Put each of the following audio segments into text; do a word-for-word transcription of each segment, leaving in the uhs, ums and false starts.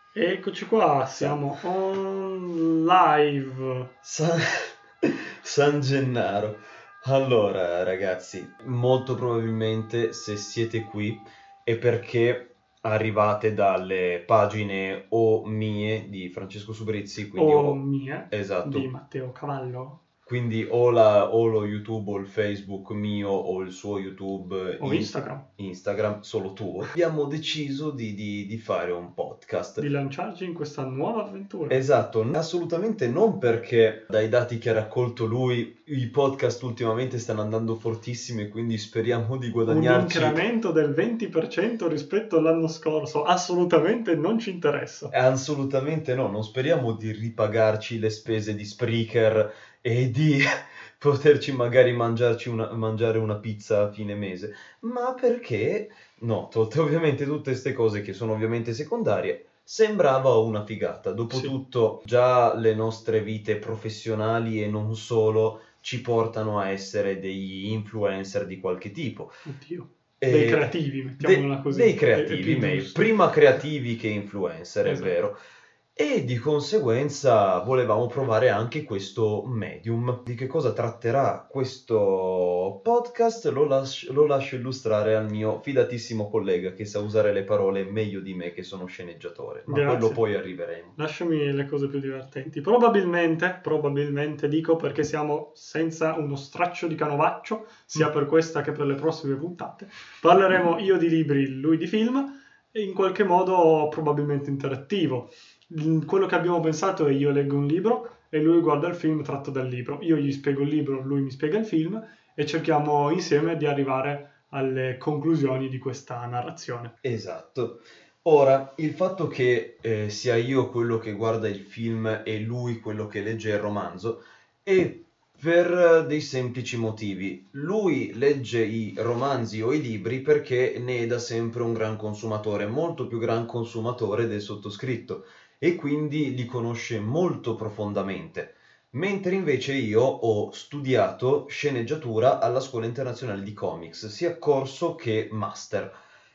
Eccoci qua, siamo on live. San... San Gennaro. Allora, ragazzi, molto probabilmente se siete qui è perché arrivate dalle pagine o mie di Francesco Subrizzi, quindi O o... mie di Esatto. Matteo Cavallo Quindi o, la, o lo YouTube o il Facebook mio o il suo YouTube o in- Instagram, Instagram, solo tuo. Abbiamo deciso di, di- di fare un podcast. di lanciarci in questa nuova avventura. Esatto, n- assolutamente non perché dai dati che ha raccolto lui i podcast ultimamente stanno andando fortissimi e quindi speriamo di Un guadagnarci. incremento del venti per cento rispetto all'anno scorso, assolutamente non ci interessa. Assolutamente no, non speriamo di ripagarci le spese di Spreaker e di poterci magari mangiarci una, mangiare una pizza a fine mese, ma perché, no, tolte ovviamente tutte queste cose che sono ovviamente secondarie, sembrava una figata. Dopotutto già le nostre vite professionali e non solo ci portano a essere degli influencer di qualche tipo. Oddio. E- Dei creativi, mettiamola de- così. Dei È- è creativi, più meglio. giusto. Prima creativi che influencer, è Esatto. vero. E di conseguenza volevamo provare anche questo medium. Di che cosa tratterà questo podcast lo, las- lo lascio illustrare al mio fidatissimo collega che sa usare le parole meglio di me, che sono sceneggiatore. Ma Grazie. quello poi arriveremo. Lasciami le cose più divertenti. Probabilmente, probabilmente dico perché siamo senza uno straccio di canovaccio, sia Mm. per questa che per le prossime puntate. Parleremo io di libri, lui di film, e in qualche modo probabilmente interattivo. Mm, Quello che abbiamo pensato è io leggo un libro e lui guarda il film tratto dal libro. Io gli spiego il libro, lui mi spiega il film e cerchiamo insieme di arrivare alle conclusioni di questa narrazione. Esatto. Ora, il fatto che eh, sia io quello che guarda il film e lui quello che legge il romanzo è per eh, dei semplici motivi. Lui legge i romanzi o i libri perché ne è da sempre un gran consumatore, molto più gran consumatore del sottoscritto, e quindi li conosce molto profondamente. Mentre invece io ho studiato sceneggiatura alla Scuola Internazionale di Comics, sia corso che master,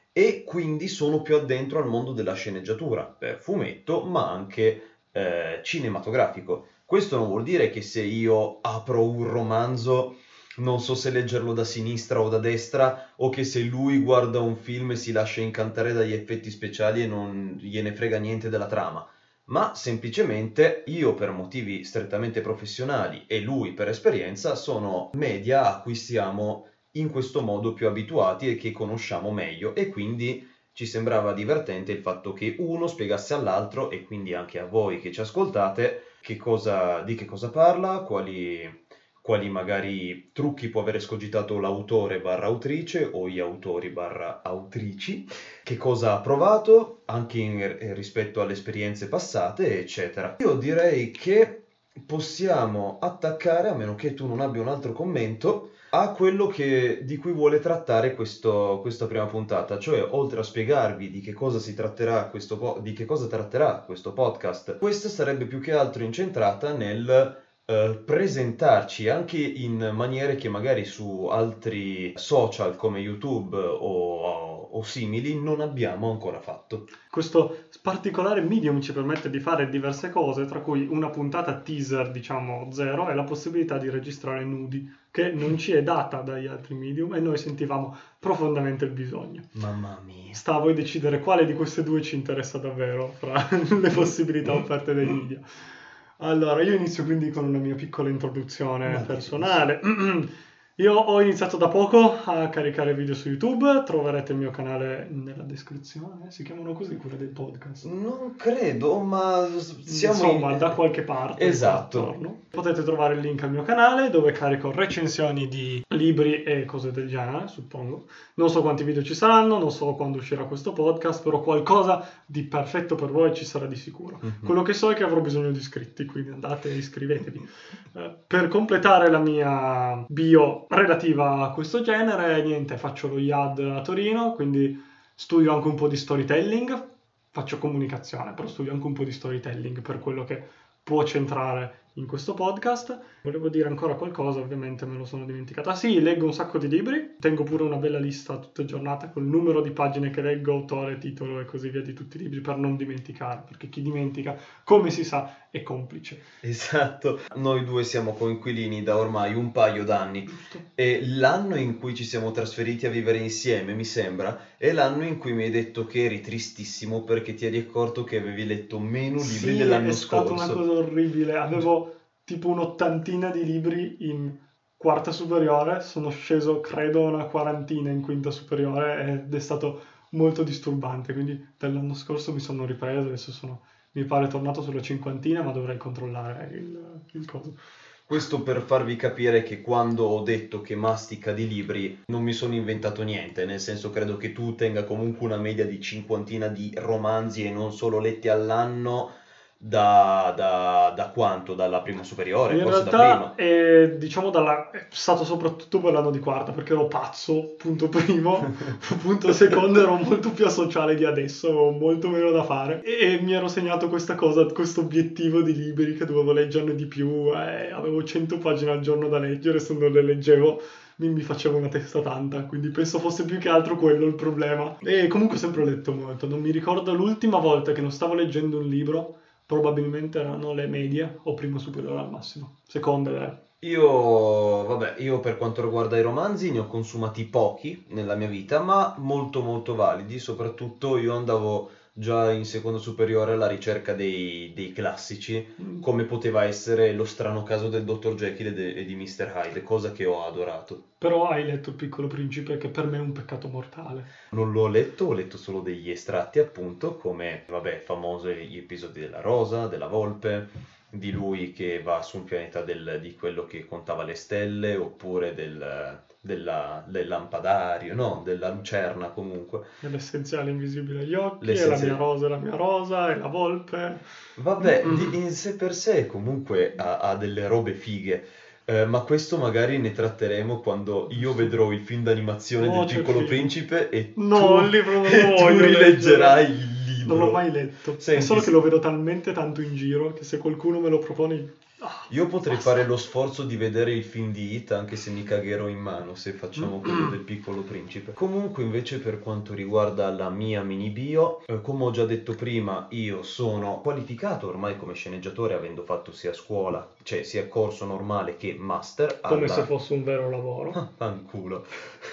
e quindi sono più addentro al mondo della sceneggiatura, per fumetto, ma anche eh, cinematografico. Questo non vuol dire che se io apro un romanzo non so se leggerlo da sinistra o da destra, o che se lui guarda un film si lascia incantare dagli effetti speciali e non gliene frega niente della trama, ma semplicemente io per motivi strettamente professionali e lui per esperienza sono media a cui siamo in questo modo più abituati e che conosciamo meglio, e quindi ci sembrava divertente il fatto che uno spiegasse all'altro, e quindi anche a voi che ci ascoltate, che cosa, di che cosa parla, quali, quali magari trucchi può aver escogitato l'autore barra autrice o gli autori barra autrici, che cosa ha provato anche in, rispetto alle esperienze passate, eccetera. Io direi che possiamo attaccare, a meno che tu non abbia un altro commento, a quello che, di cui vuole trattare questo, questa prima puntata, cioè oltre a spiegarvi di che cosa si tratterà questo po- di che cosa tratterà questo podcast, questa sarebbe più che altro incentrata nel eh, presentarci anche in maniere che magari su altri social come YouTube o, o simili non abbiamo ancora fatto. Questo particolare medium ci permette di fare diverse cose, tra cui una puntata teaser, diciamo, zero, e la possibilità di registrare nudi, che non ci è data dagli altri medium e noi sentivamo profondamente il bisogno. Mamma mia. Sta a voi decidere quale di queste due ci interessa davvero fra le possibilità offerte dai media. Allora, io inizio quindi con una mia piccola introduzione Ma personale. Io ho iniziato da poco a caricare video su YouTube, troverete il mio canale nella descrizione, si chiamano così quelli dei podcast. Non credo, ma siamo Insomma, in... da qualche parte. Esatto. qua attorno. Potete trovare il link al mio canale dove carico recensioni di libri e cose del genere, suppongo. Non so quanti video ci saranno, non so quando uscirà questo podcast, però qualcosa di perfetto per voi ci sarà di sicuro. Mhm. Quello che so è che avrò bisogno di iscritti, quindi andate e iscrivetevi. Eh, per completare la mia bio relativa a questo genere, niente, faccio lo I A D a Torino, quindi studio anche un po' di storytelling, faccio comunicazione, però studio anche un po' di storytelling per quello che può centrare in questo podcast. Volevo dire ancora qualcosa, ovviamente me lo sono dimenticata. Ah sì, leggo un sacco di libri, tengo pure una bella lista tutta giornata con il numero di pagine che leggo, autore, titolo e così via di tutti i libri per non dimenticare, perché chi dimentica, come si sa, è complice. Esatto, noi due siamo coinquilini da ormai un paio d'anni Giusto. e l'anno in cui ci siamo trasferiti a vivere insieme, mi sembra, è l'anno in cui mi hai detto che eri tristissimo perché ti eri accorto che avevi letto meno libri Sì, dell'anno è stata scorso. una cosa orribile. Avevo tipo un'ottantina di libri in quarta superiore, sono sceso credo a una quarantina in quinta superiore ed è stato molto disturbante. Quindi dall'anno scorso mi sono ripreso, adesso sono, mi pare, tornato sulla cinquantina, ma dovrei controllare il, il coso. Questo per farvi capire che quando ho detto che mastica di libri non mi sono inventato niente, nel senso credo che tu tenga comunque una media di cinquantina di romanzi e non solo letti all'anno da, da, da quanto? Dalla prima superiore, In forse da realtà prima. è, diciamo dalla, è stato soprattutto per l'anno di quarta, perché ero pazzo, punto primo, punto secondo ero molto più asociale di adesso, avevo molto meno da fare e, e mi ero segnato questa cosa, questo obiettivo di libri che dovevo leggerne di più, eh, avevo cento pagine al giorno da leggere, se non le leggevo mi, mi facevo una testa tanta, quindi penso fosse più che altro quello il problema. E comunque ho sempre letto molto, non mi ricordo l'ultima volta che non stavo leggendo un libro. Probabilmente erano le medie o primo superiore al massimo. Seconde, dai. Io, vabbè, io per quanto riguarda i romanzi ne ho consumati pochi nella mia vita, ma molto molto validi, soprattutto io andavo già in seconda superiore alla ricerca dei, dei classici, Mm. come poteva essere Lo strano caso del dottor Jekyll e, de- e di mister Hyde, cosa che ho adorato. Però hai letto Il Piccolo Principe, che per me è un peccato mortale. Non l'ho letto, ho letto solo degli estratti, appunto, come, vabbè, famosi gli episodi della Rosa, della Volpe, di lui che va su un pianeta del- di quello che contava le stelle, oppure del, della- del lampadario, no, della lucerna comunque. È l'essenziale invisibile agli occhi, è la L'essenza mia di- rosa, è la mia rosa, è la volpe. Vabbè, Mm. di- in sé per sé comunque ha, ha delle robe fighe, eh, ma questo magari ne tratteremo quando io vedrò il film d'animazione Oh, del c'è il Piccolo film. Principe e No, tu, il libro non e lo tu voglio rileggerai leggere. il libro. Non l'ho mai letto. Senti, È solo che lo vedo talmente tanto in giro che se qualcuno me lo propone... Ah, io potrei basta. fare lo sforzo di vedere il film di It, anche se mi cagherò in mano se facciamo quello del Piccolo Principe. Comunque, invece, per quanto riguarda la mia mini bio, eh, come ho già detto prima, io sono qualificato ormai come sceneggiatore, avendo fatto sia scuola, cioè sia corso normale che master. Come alla... se fosse un vero lavoro. Ah, fanculo.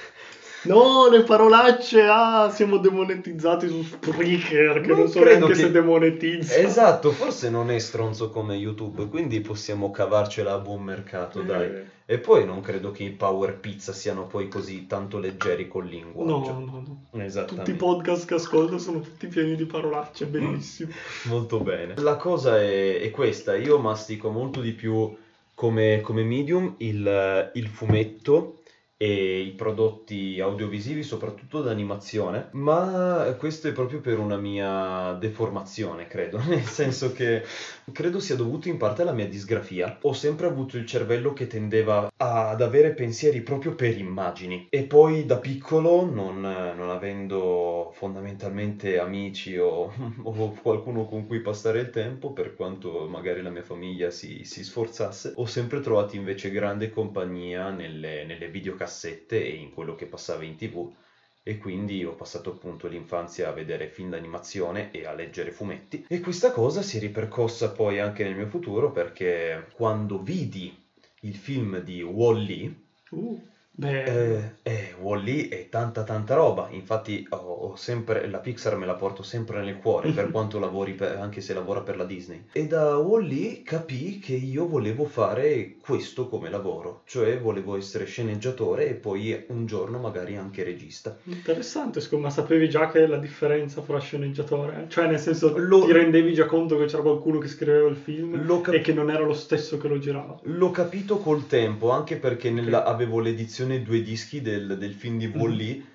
No, le parolacce, ah, siamo demonetizzati su Spreaker, che non, Non so credo neanche che- se demonetizza. Esatto, forse non è stronzo come YouTube, quindi possiamo cavarcela a buon mercato, dai. Eh, E poi non credo che i Power Pizza siano poi così tanto leggeri col no, linguaggio. no, no. Tutti i Esattamente. podcast che ascolto sono tutti pieni di parolacce, bellissimo. Molto bene. La cosa è, è questa, io mastico molto di più come, come medium il, il fumetto e i prodotti audiovisivi, soprattutto d'animazione, ma questo è proprio per una mia deformazione, credo, nel senso che credo sia dovuto in parte alla mia disgrafia. Ho sempre avuto il cervello che tendeva ad avere pensieri proprio per immagini e poi da piccolo, non, non avendo fondamentalmente amici o, o qualcuno con cui passare il tempo, per quanto magari la mia famiglia si, si sforzasse, ho sempre trovato invece grande compagnia nelle, nelle videocassette e in quello che passava in tv. E quindi ho passato appunto l'infanzia a vedere film d'animazione e a leggere fumetti. E questa cosa si è ripercossa poi anche nel mio futuro, perché quando vidi il film di Wall-E, Uh, beh, eh, eh, Wall-E è tanta tanta roba, infatti ho, ho sempre, la Pixar me la porto sempre nel cuore per quanto lavori per- anche se lavora per la Disney. E da Wall-E capii che io volevo fare questo come lavoro, cioè volevo essere sceneggiatore e poi un giorno magari anche regista. interessante, scusa, ma sapevi già che la differenza fra sceneggiatore? Cioè, nel senso, Lo- ti rendevi già conto che c'era qualcuno che scriveva il film L'ho cap- e che non era lo stesso che lo girava? L'ho capito col tempo, anche perché nella- avevo l'edizione due dischi del, del film di Wall-E,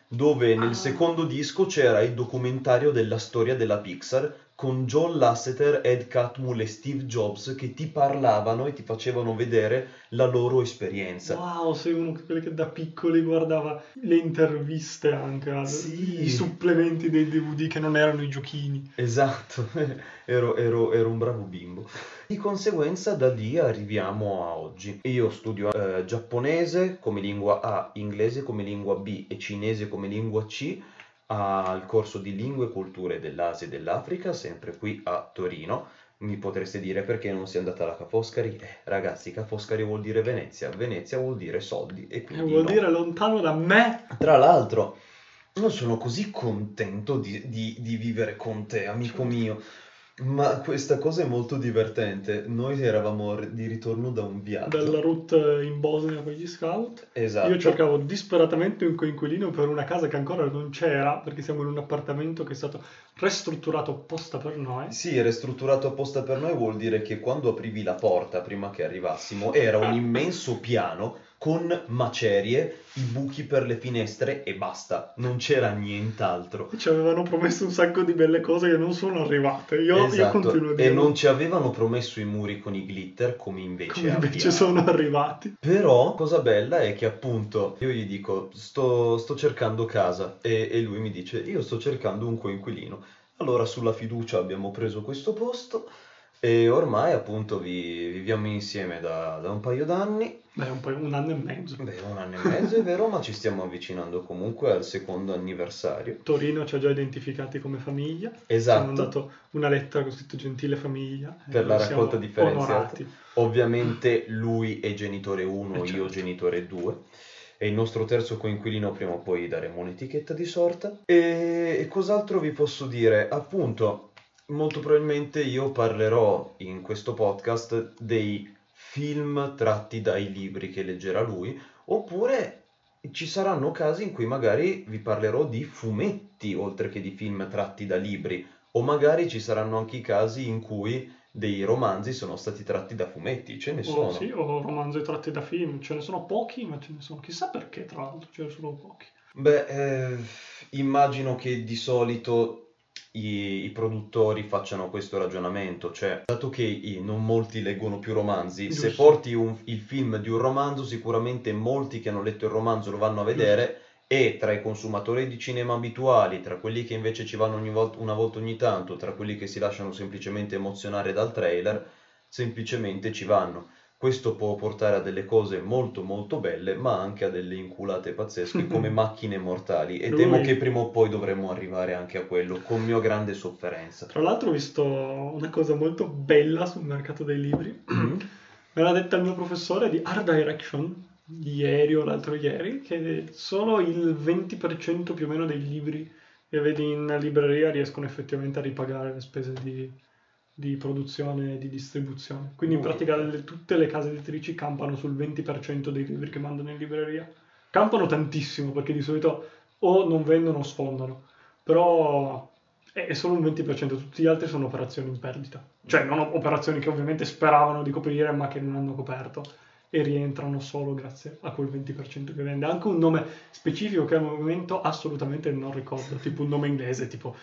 dove nel Ah. secondo disco c'era il documentario della storia della Pixar con John Lasseter, Ed Catmull e Steve Jobs che ti parlavano e ti facevano vedere la loro esperienza. Wow, sei uno di quelli che da piccoli guardava le interviste anche, al- Sì. i supplementi dei D V D che non erano i giochini. Esatto, ero, ero- ero un bravo bimbo. Di conseguenza da lì arriviamo a oggi. Io studio eh, giapponese come lingua A, inglese come lingua B e cinese come lingua C al corso di Lingue e Culture dell'Asia e dell'Africa, sempre qui a Torino. Mi potreste dire perché non sei andata alla Ca' Foscari? Eh, ragazzi, Ca' Foscari vuol dire Venezia, Venezia vuol dire soldi e E quindi vuol no. dire lontano da me. Tra l'altro, io sono così contento di, di- di vivere con te, amico Certo. mio, ma questa cosa è molto divertente. Noi eravamo r- di ritorno da un viaggio. Dalla route in Bosnia con gli scout. Esatto. Io cercavo disperatamente un coinquilino per una casa che ancora non c'era, perché siamo in un appartamento che è stato ristrutturato apposta per noi. Sì, ristrutturato apposta per noi vuol dire che quando aprivi la porta prima che arrivassimo era un immenso piano con macerie, i buchi per le finestre e basta, non c'era nient'altro. Ci avevano promesso un sacco di belle cose che non sono arrivate. Io, io Esatto, continuo a e dire non ci avevano promesso i muri con i glitter come invece come invece abbiamo. sono arrivati. Però, cosa bella è che appunto io gli dico sto, sto cercando casa e, e lui mi dice io sto cercando un coinquilino. Allora sulla fiducia abbiamo preso questo posto e ormai appunto vi, viviamo insieme da, da un paio d'anni. Beh, un, po', un anno e mezzo. Beh, un anno e mezzo è vero, ma ci stiamo avvicinando comunque al secondo anniversario. Torino ci ha già identificati come famiglia. Ci hanno Esatto, mandato una lettera con scritto gentile famiglia. e per la noi siamo raccolta differenziata. onorati. Ovviamente lui è genitore uno, Eh, io certo. genitore due. E il nostro terzo coinquilino prima o poi daremo un'etichetta di sorta. E, e cos'altro vi posso dire? Appunto, molto probabilmente io parlerò in questo podcast dei film tratti dai libri che leggerà lui, oppure ci saranno casi in cui magari vi parlerò di fumetti oltre che di film tratti da libri, o magari ci saranno anche i casi in cui dei romanzi sono stati tratti da fumetti, ce ne sono. O, sì, o romanzi tratti da film. Ce ne sono pochi, ma ce ne sono. Chissà perché, tra l'altro, ce ne sono pochi. Beh, eh, immagino che di solito i, i produttori facciano questo ragionamento, cioè, dato che i- non molti leggono più romanzi, se Giusto. porti un- il film di un romanzo, sicuramente molti che hanno letto il romanzo lo vanno a vedere e tra i consumatori di cinema abituali, tra quelli che invece ci vanno ogni volta, una volta ogni tanto, tra quelli che si lasciano semplicemente emozionare dal trailer, semplicemente ci vanno. Questo può portare a delle cose molto molto belle, ma anche a delle inculate pazzesche come macchine mortali. E Lui- temo che prima o poi dovremmo arrivare anche a quello, con mia grande sofferenza. Tra l'altro ho visto una cosa molto bella sul mercato dei libri. Mm. Me l'ha detta il mio professore di Art Direction, ieri o l'altro ieri, che solo il venti per cento più o meno dei libri che vedi in libreria riescono effettivamente a ripagare le spese di, di produzione e di distribuzione. Quindi in Oh. pratica le- tutte le case editrici campano sul venti per cento dei libri che mandano in libreria. Campano tantissimo perché di solito o non vendono o sfondano, però è è solo un venti per cento, tutti gli altri sono operazioni in perdita. Cioè non ho- operazioni che ovviamente speravano di coprire ma che non hanno coperto e rientrano solo grazie a quel venti per cento che vende. Anche un nome specifico che al momento assolutamente non ricordo, tipo un nome inglese, tipo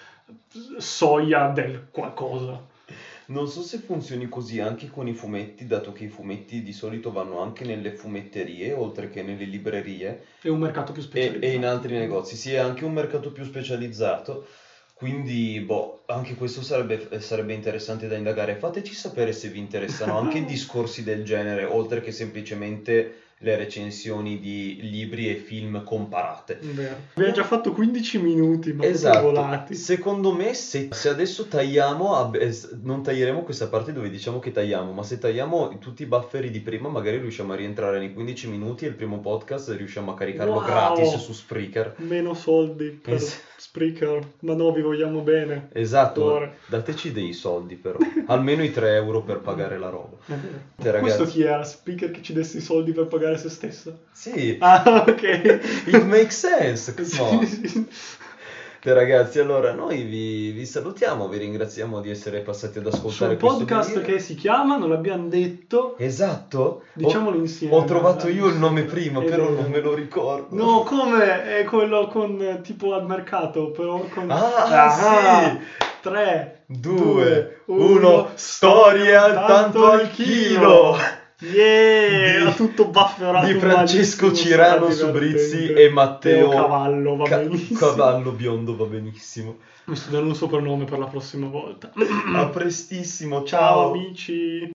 soia del qualcosa. Non so se funzioni così anche con i fumetti, dato che i fumetti di solito vanno anche nelle fumetterie, oltre che nelle librerie. È un mercato più E, specializzato. e in altri negozi, sì, è anche un mercato più specializzato, quindi boh, anche questo sarebbe, sarebbe interessante da indagare. Fateci sapere se vi interessano anche discorsi del genere, oltre che semplicemente le recensioni di libri e film comparate. Vero. Abbiamo già fatto quindici minuti, ma Esatto, proprio volati. secondo me se, se adesso tagliamo, ab- eh, s- non taglieremo questa parte dove diciamo che tagliamo, ma se tagliamo tutti i bufferi di prima magari riusciamo a rientrare nei quindici minuti e il primo podcast riusciamo a caricarlo Wow! gratis su Spreaker. Meno soldi per Es- Spreaker, ma no, vi vogliamo bene. Esatto, Cuore. dateci dei soldi però, almeno i tre euro per pagare la roba. È vero. Te, ragazzi. Questo chi era? Speaker che ci desse i soldi per pagare se stesso? Sì, Ah, ok. it makes sense, come on. Sì, sì. Niente ragazzi, allora noi vi, vi salutiamo, vi ringraziamo di essere passati ad ascoltare Sul questo podcast delirio. che si chiama, non l'abbiamo detto, Esatto, diciamolo ho, insieme. ho trovato io il Sì. nome prima, È però vero. non me lo ricordo. No, come? È quello con eh, tipo al mercato, però con... Ah, sì! tre, Due, uno, storie al tanto al chilo! Yeah! Di- Ha tutto bafferato Di Francesco malissimo, Cirano sarà su Brizzi divertente. e Matteo Teo Cavallo, va Ca- benissimo. Cavallo Biondo, va benissimo. Mi sto dando un soprannome per la prossima volta. A prestissimo, Ciao amici!